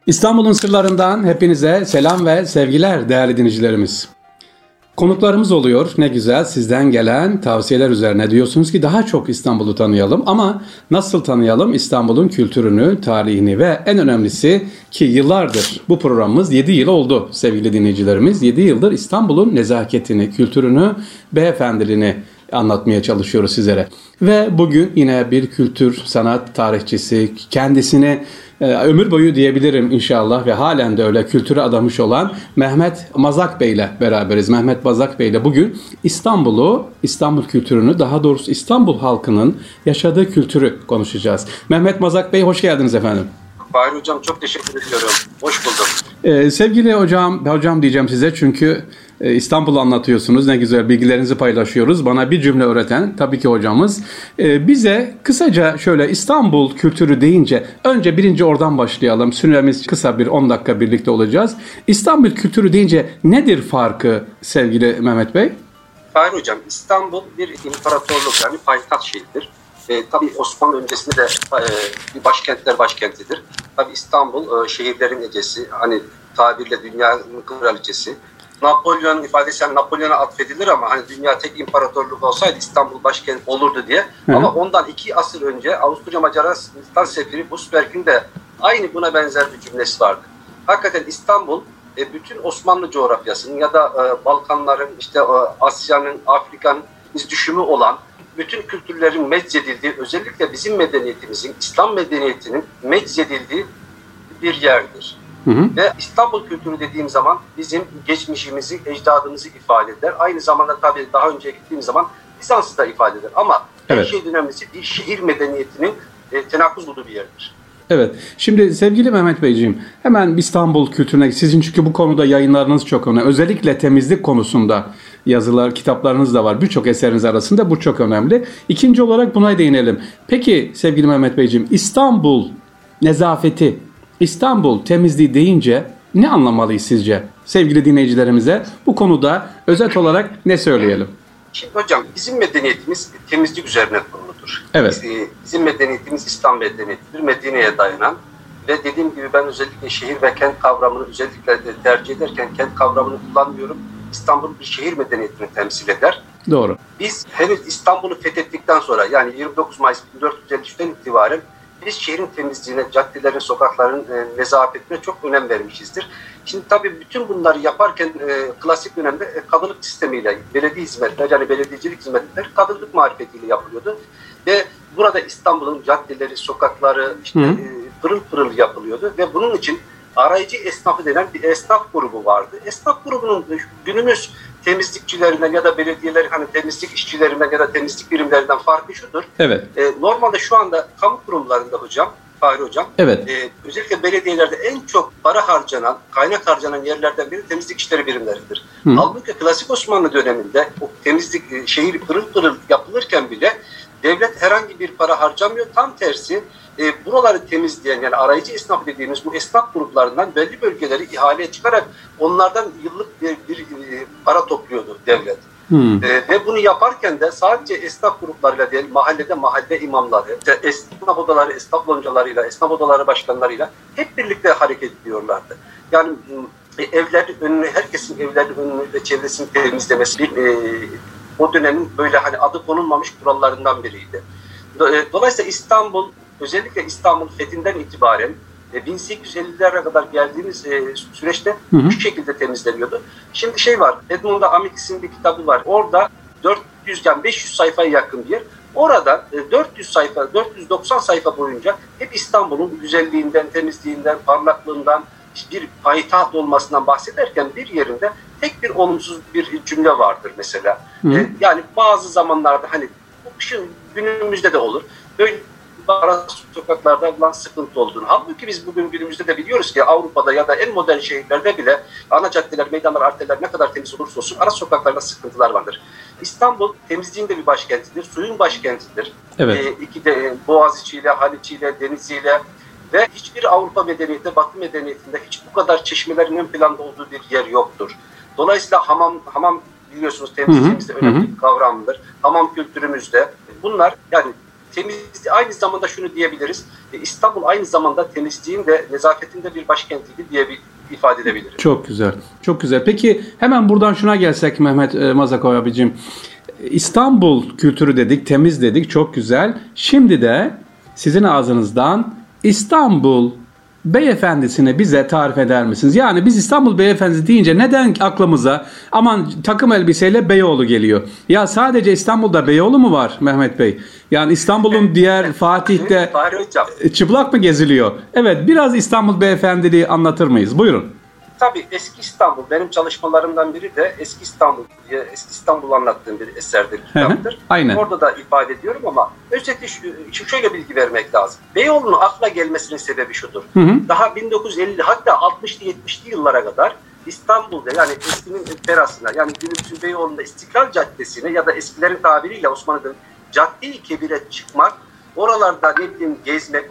İstanbul'un sırlarından hepinize selam ve sevgiler değerli dinleyicilerimiz. Konuklarımız oluyor. Ne güzel sizden gelen tavsiyeler üzerine diyorsunuz ki daha çok İstanbul'u tanıyalım. Ama nasıl tanıyalım? İstanbul'un kültürünü, tarihini ve en önemlisi ki yıllardır bu programımız 7 yıl oldu sevgili dinleyicilerimiz. 7 yıldır İstanbul'un nezaketini, kültürünü, beyefendiliğini anlatmaya çalışıyoruz sizlere. Ve bugün yine bir kültür, sanat tarihçisi, kendisini ömür boyu diyebilirim inşallah ve halen de öyle kültüre adamış olan Mehmet Mazak Bey ile beraberiz. Mehmet Mazak Bey ile bugün İstanbul kültürünü, daha doğrusu İstanbul halkının yaşadığı kültürü konuşacağız. Mehmet Mazak Bey hoş geldiniz efendim. Fahri Hocam çok teşekkür ediyorum. Hoş buldum. Sevgili hocam diyeceğim size çünkü İstanbul'u anlatıyorsunuz. Ne güzel bilgilerinizi paylaşıyoruz. Bana bir cümle öğreten tabii ki hocamız. Bize kısaca şöyle İstanbul kültürü deyince önce birinci oradan başlayalım. Süremiz kısa bir 10 dakika birlikte olacağız. İstanbul kültürü deyince nedir farkı sevgili Mehmet Bey? Fahri Hocam İstanbul bir imparatorluk yani payitaht şehridir. Tabii Osmanlı öncesinde de bir başkentler başkentidir. Tabii İstanbul şehirlerin ecesi, hani tabirle dünyanın kraliçesi. Napolyon'un ifadesi Napolyon'a atfedilir ama hani dünya tek imparatorluk olsaydı İstanbul başkent olurdu diye. Hı. Ama ondan 2 asır önce Avusturya Macaristan sefiri Busberg'in de aynı buna benzer bir cümlesi vardı. Hakikaten İstanbul bütün Osmanlı coğrafyasının ya da Balkanların, işte Asya'nın, Afrika'nın iz düşümü olan bütün kültürlerin meczedildiği, özellikle bizim medeniyetimizin, İslam medeniyetinin meczedildiği bir yerdir. Hı hı. Ve İstanbul kültürü dediğim zaman bizim geçmişimizi, ecdadımızı ifade eder. Aynı zamanda tabii daha önce gittiğim zaman Bizans'ı da ifade eder. Ama her şeyden önemlisi bir şehir medeniyetinin tenakkuz bulduğu bir yerdir. Evet. Şimdi sevgili Mehmet Beyciğim hemen İstanbul kültürüne, sizin çünkü bu konuda yayınlarınız çok önemli. Özellikle temizlik konusunda yazılar, kitaplarınız da var. Birçok eseriniz arasında bu çok önemli. İkinci olarak buna değinelim. Peki sevgili Mehmet Beyciğim İstanbul nezafeti, İstanbul temizliği deyince ne anlamalıyız sizce? Sevgili dinleyicilerimize bu konuda özet olarak ne söyleyelim? Şimdi hocam bizim medeniyetimiz temizlik üzerine kuruludur. Evet. Bizim medeniyetimiz İslam medeniyetidir. Medine'ye dayanan ve dediğim gibi ben özellikle şehir ve kent kavramını özellikle tercih ederken kent kavramını kullanmıyorum. İstanbul bir şehir medeniyetini temsil eder. Doğru. Biz henüz İstanbul'u fethettikten sonra yani 29 Mayıs 1453'ten itibaren biz şehrin temizliğine, caddelerin, sokakların nezafetine çok önem vermişizdir. Şimdi tabii bütün bunları yaparken klasik dönemde kadılık sistemiyle belediye hizmetler yani belediyecilik hizmetleri kadılık marifetiyle yapılıyordu. Ve burada İstanbul'un caddeleri, sokakları pırıl pırıl yapılıyordu ve bunun için arayıcı esnafı denen bir esnaf grubu vardı. Esnaf grubunun günümüz temizlikçilerinden ya da belediyeler hani temizlik işçilerinden ya da temizlik birimlerinden farkı şudur. Evet. Normalde şu anda kamu kurumlarında hocam, Fahri Hocam, evet. Özellikle belediyelerde en çok para harcanan, kaynak harcanan yerlerden biri temizlik işleri birimleridir. Halbuki klasik Osmanlı döneminde o temizlik şehir pırıl pırıl yapılırken bile devlet herhangi bir para harcamıyor. Tam tersi buraları temizleyen yani arayıcı esnaf dediğimiz bu esnaf gruplarından belli bölgeleri ihaleye çıkarak onlardan yıllık bir para topluyordu devlet. Ve bunu yaparken de sadece esnaf gruplarıyla değil mahalle imamları, esnaf odaları, esnaf loncalarıyla, esnaf odaları başkanlarıyla hep birlikte hareket ediyorlardı. Yani evlerin önünü, herkesin evlerinin önünü ve çevresini temizlemesi o dönemin böyle hani adı konulmamış kurallarından biriydi. Dolayısıyla İstanbul, özellikle İstanbul fethinden itibaren 1850'lere kadar geldiğimiz süreçte bu şekilde temizleniyordu. Şimdi şey var, Edmond Amikis'in bir kitabı var. Orada 500 sayfaya yakın bir yer. Orada 490 sayfa boyunca hep İstanbul'un güzelliğinden, temizliğinden, parlaklığından, bir payitaht olmasından bahsederken bir yerinde tek bir olumsuz bir cümle vardır mesela. Yani bazı zamanlarda hani günümüzde de olur. Böyle ara sokaklarda olan sıkıntı olduğunu. Halbuki biz bugün günümüzde de biliyoruz ki Avrupa'da ya da en modern şehirlerde bile ana caddeler, meydanlar, arterler ne kadar temiz olursa olsun ara sokaklarda sıkıntılar vardır. İstanbul temizliğin de bir başkentidir, suyun başkentidir. Evet. Boğaziçi'yle, Haliç'iyle, Denizli'yle ve hiçbir Avrupa medeniyetinde, Batı medeniyetinde hiç bu kadar çeşmelerin ön planda olduğu bir yer yoktur. Dolayısıyla hamam biliyorsunuz temizliğimizde önemli bir kavramdır. Hamam kültürümüzde bunlar yani aynı zamanda şunu diyebiliriz. İstanbul aynı zamanda temizliğin de nezafetin de bir başkentiydi diye ifade edebiliriz. Çok güzel. Çok güzel. Peki hemen buradan şuna gelsek Mehmet Mazakov abicim. İstanbul kültürü dedik, temiz dedik. Çok güzel. Şimdi de sizin ağzınızdan İstanbul beyefendisini bize tarif eder misiniz? Yani biz İstanbul beyefendisi deyince neden aklımıza aman takım elbiseyle Beyoğlu geliyor? Ya sadece İstanbul'da Beyoğlu mu var Mehmet Bey? Yani İstanbul'un diğer Fatih'te çıplak mı geziliyor? Evet, biraz İstanbul beyefendiliği anlatır mıyız? Buyurun. Tabii eski İstanbul, benim çalışmalarımdan biri de eski İstanbul diye, eski İstanbul'u anlattığım bir eserdir, kitaptır. Aynen. Orada da ifade ediyorum ama özellikle şöyle bilgi vermek lazım. Beyoğlu'nun akla gelmesinin sebebi şudur. Daha 1950 hatta 60'lı 70'li yıllara kadar İstanbul'da yani eskinin terasına yani günümüzün Beyoğlu'nda İstiklal Caddesi'ne ya da eskilerin tabiriyle Osmanlı'nın Cadde-i Kebir'e çıkmak, oralarda ne bileyim gezmek,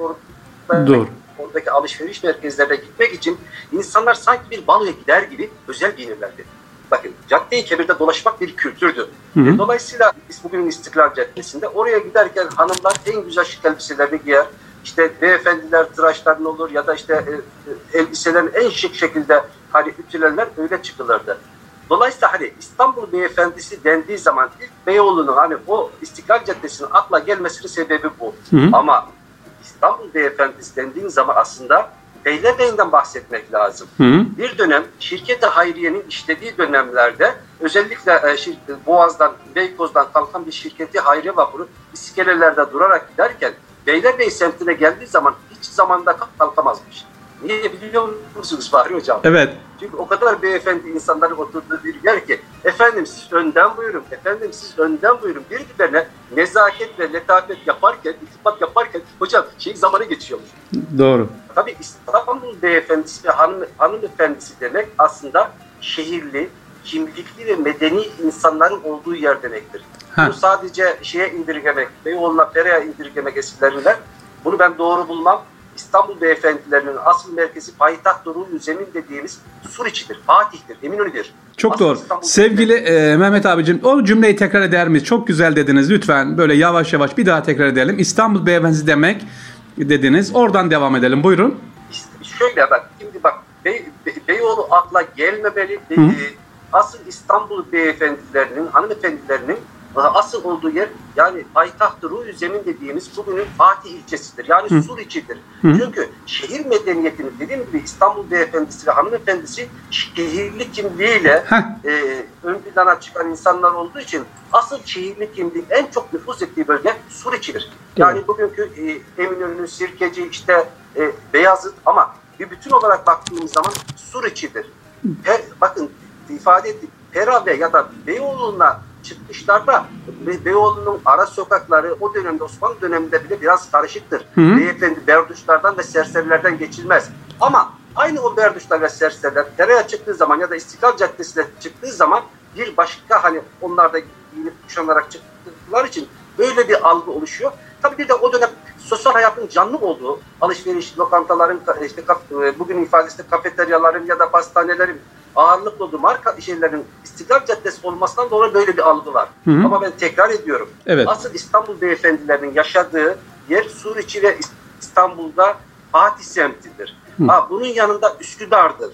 oradaki alışveriş merkezlerine gitmek için insanlar sanki bir baloya gider gibi özel giyinirlerdi. Bakın Cadde-i Kebir'de dolaşmak bir kültürdü. Dolayısıyla biz bugün İstiklal Caddesi'nde oraya giderken hanımlar en güzel şık elbiselerini giyer. İşte beyefendiler tıraşların olur ya da işte elbiselerin en şık şekilde hani ütülerler öyle çıkılırdı. Dolayısıyla hani İstanbul beyefendisi dendiği zaman ilk Beyoğlu'nun hani o İstiklal Caddesi'nin akla gelmesinin sebebi bu. Ama İstanbul beyefendisi dendiğin zaman aslında Beylerbeyi'nden bahsetmek lazım. Bir dönem şirket-i hayriyenin işlediği dönemlerde özellikle Boğaz'dan, Beykoz'dan kalkan bir şirketi hayriye vapuru iskelelerde durarak giderken Beylerbeyi semtine geldiği zaman hiç zamanda kalkamazmış. Niye biliyor musunuz Fahri Hocam? Evet. Çünkü o kadar beyefendi insanların oturduğu bir yer ki efendim siz önden buyurun, efendim siz önden buyurun. Birbirlerine nezaket ve letafet yaparken, iltifat yaparken hocam zamanı geçiyormuş. Doğru. Tabii İstanbul beyefendisi ve hanımefendisi demek aslında şehirli, kimlikli ve medeni insanların olduğu yer demektir. Bunu sadece indirgemek, Beyoğlu'na, Pera'ya indirgemek eskilerinden bunu ben doğru bulmam. İstanbul beyefendilerinin asıl merkezi payitaht Ruhul Zemin dediğimiz Suriçi'dir, Fatih'tir, Eminönü'dür. Çok asıl doğru. Sevgili Mehmet abicim o cümleyi tekrar eder miyiz? Çok güzel dediniz. Lütfen böyle yavaş yavaş bir daha tekrar edelim. İstanbul beyefendisi demek dediniz. Oradan devam edelim. Buyurun. Şöyle bak, şimdi bak Beyoğlu akla gelmemeli. Asıl İstanbul beyefendilerinin, hanımefendilerinin asıl olduğu yer yani payitaht-ı Ruhul Zemin dediğimiz bugünün Fatih ilçesidir. Yani Suriçi'dir. Çünkü şehir medeniyetinin dediğim gibi İstanbul beyefendisi ve hanımefendisi şehirli kimliğiyle ön plana çıkan insanlar olduğu için asıl şehirli kimlik en çok nüfuz ettiği bölge Suriçi'dir. Yani bugünkü Eminönü, Sirkeci, işte Beyazıt ama bir bütün olarak baktığımız zaman Suriçi'dir. Bakın ifade ettik. Pera ya da Beyoğlu'na çıkışlarda Beyoğlu'nun ara sokakları o dönemde Osmanlı döneminde bile biraz karışıktır. Beyefendi berduşlardan ve serserilerden geçilmez. Ama aynı o berduşlar ve serseriler Pera'ya çıktığı zaman ya da İstiklal Caddesi'ne çıktığı zaman bir başka hani onlar da giyinip kuşanarak çıktıkları için böyle bir algı oluşuyor. Tabii bir de o dönem sosyal hayatın canlı olduğu alışveriş, lokantaların, işte bugün ifadesiyle kafeteryaların ya da pastanelerin ağırlıklı olduğu marka şeylerin İstiklal Caddesi olmasından dolayı böyle bir algı var. Ama ben tekrar ediyorum. Evet. Asıl İstanbul beyefendilerinin yaşadığı yer Suriçi ve İstanbul'da Fatih semtidir. Bunun yanında Üsküdar'dır.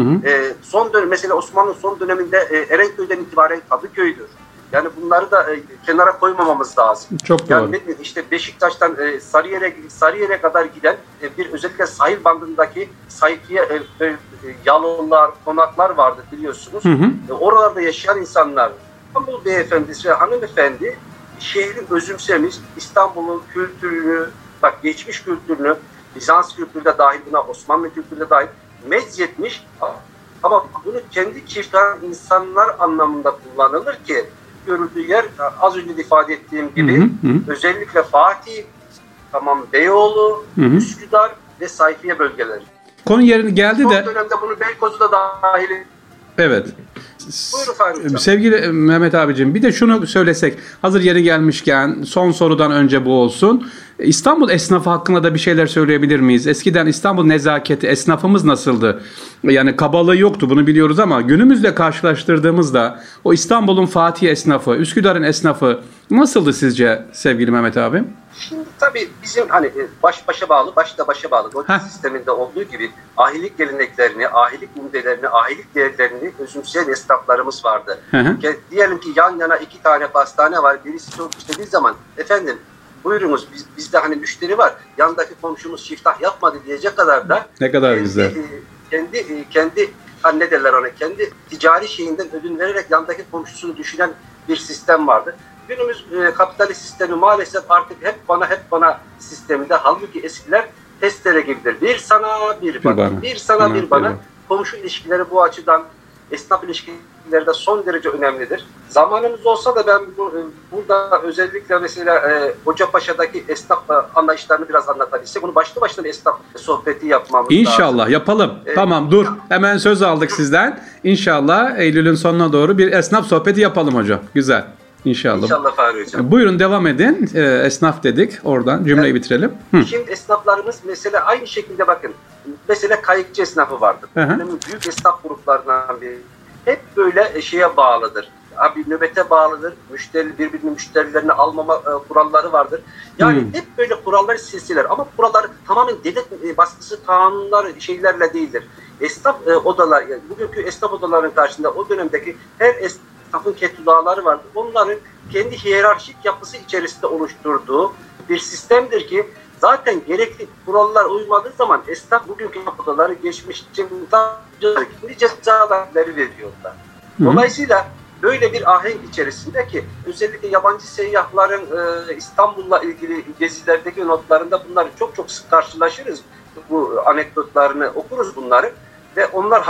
Son dönem mesela Osmanlı'nın son döneminde Erenköy'den itibaren Kadıköy'dür. Yani bunları da kenara koymamamız lazım. Çok yani doğru. İşte Beşiktaş'tan Sarıyer'e kadar giden bir özellikle sahil bandındaki sayfiye yalonlar, konaklar vardı biliyorsunuz. Oralarda yaşayan insanlar, İstanbul beyefendisi ve hanımefendi şehri özümsemiş, İstanbul'un kültürünü, bak geçmiş kültürünü, Bizans kültürü de dahil buna, Osmanlı kültürü de dahil mezzetmiş ama bunu kendi kişiler insanlar anlamında kullanılır ki görüldüğü yer az önce de ifade ettiğim gibi özellikle Fatih, Beyoğlu, Üsküdar ve Sayfiye bölgeleri. Konu yerine geldi de. Son dönemde bunu Beykoz'u da dahil. Evet. Buyurun efendim. Sevgili Mehmet abicim bir de şunu söylesek hazır yeri gelmişken son sorudan önce bu olsun. İstanbul esnafı hakkında da bir şeyler söyleyebilir miyiz? Eskiden İstanbul nezaketi esnafımız nasıldı? Yani kabalığı yoktu bunu biliyoruz ama günümüzle karşılaştırdığımızda o İstanbul'un Fatih esnafı, Üsküdar'ın esnafı nasıldı sizce sevgili Mehmet abim? Şimdi tabii bizim hani baş başa bağlı, baş da başa bağlı. Lojistik sisteminde olduğu gibi ahilik geleneklerini, ahilik umdelerini, ahilik değerlerini özümseyen esnaflarımız vardı. Diyelim ki yan yana 2 tane pastane var. Birisi çok istediği zaman efendim buyurunuz bizde hani müşteri var. Yandaki komşumuz siftah yapmadı diyecek kadar da ne kadar güzel. Kendi hani ne derler ona, kendi ticari şeyinden ödün vererek yandaki komşusunu düşünen bir sistem vardı. Günümüz kapitalist sistemi maalesef artık hep bana sisteminde, halbuki eskiler testere gibidir. Bir sana bir bana, bir sana bir bana. Komşu ilişkileri bu açıdan, esnaf ilişkileri de son derece önemlidir. Zamanımız olsa da ben burada özellikle mesela Hocapaşa'daki esnaf anlayışlarını biraz anlatabilsek, bunu başlı başına esnaf sohbeti yapmamız lazım. İnşallah yapalım. Tamam dur. Hemen söz aldık sizden. İnşallah Eylül'ün sonuna doğru bir esnaf sohbeti yapalım hocam. Güzel. İnşallah. İnşallah Fahri Hocam. Buyurun devam edin. Esnaf dedik. Oradan cümleyi bitirelim. Şimdi esnaflarımız mesela aynı şekilde bakın. Mesela kayıkçı esnafı vardır. Büyük esnaf gruplarından biri. Hep böyle şeye bağlıdır. Abi nöbete bağlıdır. Birbirinin müşterilerini almama kuralları vardır. Yani hep böyle kurallar silsiler. Ama kurallar tamamen devlet baskısı, kanunlar, şeylerle değildir. Esnaf odalar, yani bugünkü esnaf odalarının karşısında o dönemdeki her esnafın ketüdaları vardır. Onların kendi hiyerarşik yapısı içerisinde oluşturduğu bir sistemdir ki zaten gerekli kurallar uymadığı zaman esnaf bugünkü odaları geçmiş için cezaları veriyorlar. Dolayısıyla böyle bir ahenk içerisinde ki özellikle yabancı seyyahların İstanbul'la ilgili gezilerdeki notlarında bunları çok çok sık karşılaşırız. Bu anekdotlarını okuruz bunları ve onlar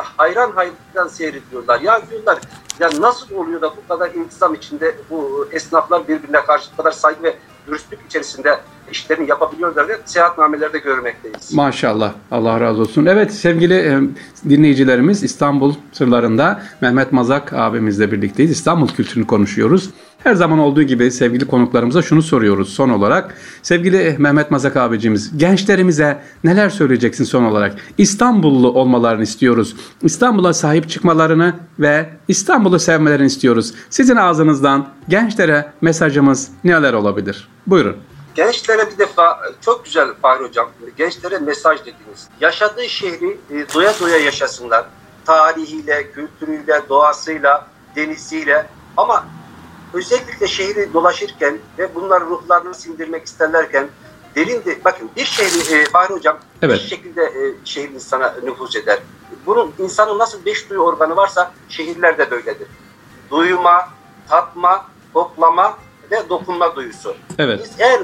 hayran seyrediyorlar. Ya diyorlar, ya nasıl oluyor da bu kadar intizam içinde bu esnaflar birbirine karşı bu kadar saygı ve dürüstlük içerisinde işlerini yapabiliyorlar diye seyahatnamelerde görmekteyiz. Maşallah. Allah razı olsun. Evet sevgili dinleyicilerimiz, İstanbul Sırlarında Mehmet Mazak abimizle birlikteyiz. İstanbul kültürünü konuşuyoruz. Her zaman olduğu gibi sevgili konuklarımıza şunu soruyoruz son olarak. Sevgili Mehmet Mazak abicimiz, gençlerimize neler söyleyeceksin son olarak? İstanbullu olmalarını istiyoruz. İstanbul'a sahip çıkmalarını ve İstanbul'u sevmelerini istiyoruz. Sizin ağzınızdan gençlere mesajımız neler olabilir? Buyurun. Gençlere bir defa çok güzel Fahri Hocam, gençlere mesaj dediniz. Yaşadığı şehri doya doya yaşasınlar. Tarihiyle, kültürüyle, doğasıyla, deniziyle, ama özellikle şehri dolaşırken ve bunlar ruhlarını sindirmek isterlerken bakın bir şehri Fahri Hocam bir şekilde şehir insana nüfuz eder. Bunun insanın nasıl 5 duyu organı varsa şehirler de böyledir. Duyma, tatma, koklama ve dokunma duyusu. Evet. Eğer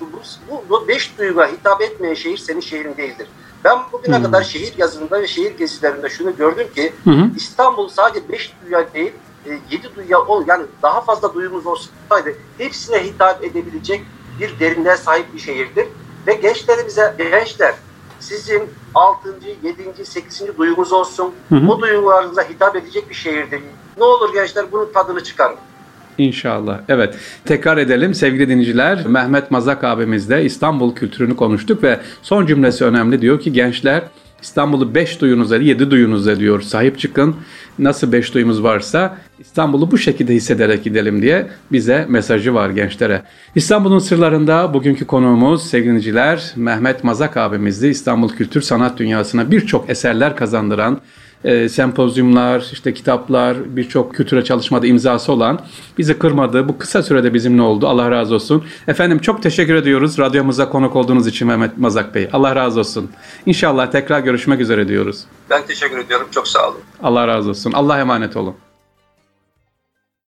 bu 5 duyuya hitap etmeyen şehir senin şehrin değildir. Ben bugüne kadar şehir yazımında ve şehir gezilerinde şunu gördüm ki İstanbul sadece 5 duyuya değil 7 duyuya yani daha fazla duyumuz olsaydı hepsine hitap edebilecek bir derinliğe sahip bir şehirdir. Ve gençler sizin 6. 7. 8. duyunuz olsun. O duyularınıza hitap edecek bir şehirdir. Ne olur gençler bunun tadını çıkarın. İnşallah. Evet. Tekrar edelim sevgili dinleyiciler. Mehmet Mazak abimizle İstanbul kültürünü konuştuk ve son cümlesi önemli. Diyor ki gençler İstanbul'u 5 duyunuza, 7 duyunuza diyor sahip çıkın. Nasıl 5 duyumuz varsa İstanbul'u bu şekilde hissederek gidelim diye bize mesajı var gençlere. İstanbul'un sırlarında bugünkü konuğumuz sevgili dinleyiciler Mehmet Mazak abimizdi. İstanbul kültür sanat dünyasına birçok eserler kazandıran, sempozyumlar, işte kitaplar, birçok kültüre çalışmada imzası olan, bizi kırmadı. Bu kısa sürede bizimle oldu. Allah razı olsun. Efendim çok teşekkür ediyoruz radyomuza konuk olduğunuz için Mehmet Mazak Bey. Allah razı olsun. İnşallah tekrar görüşmek üzere diyoruz. Ben teşekkür ediyorum. Çok sağ olun. Allah razı olsun. Allah'a emanet olun.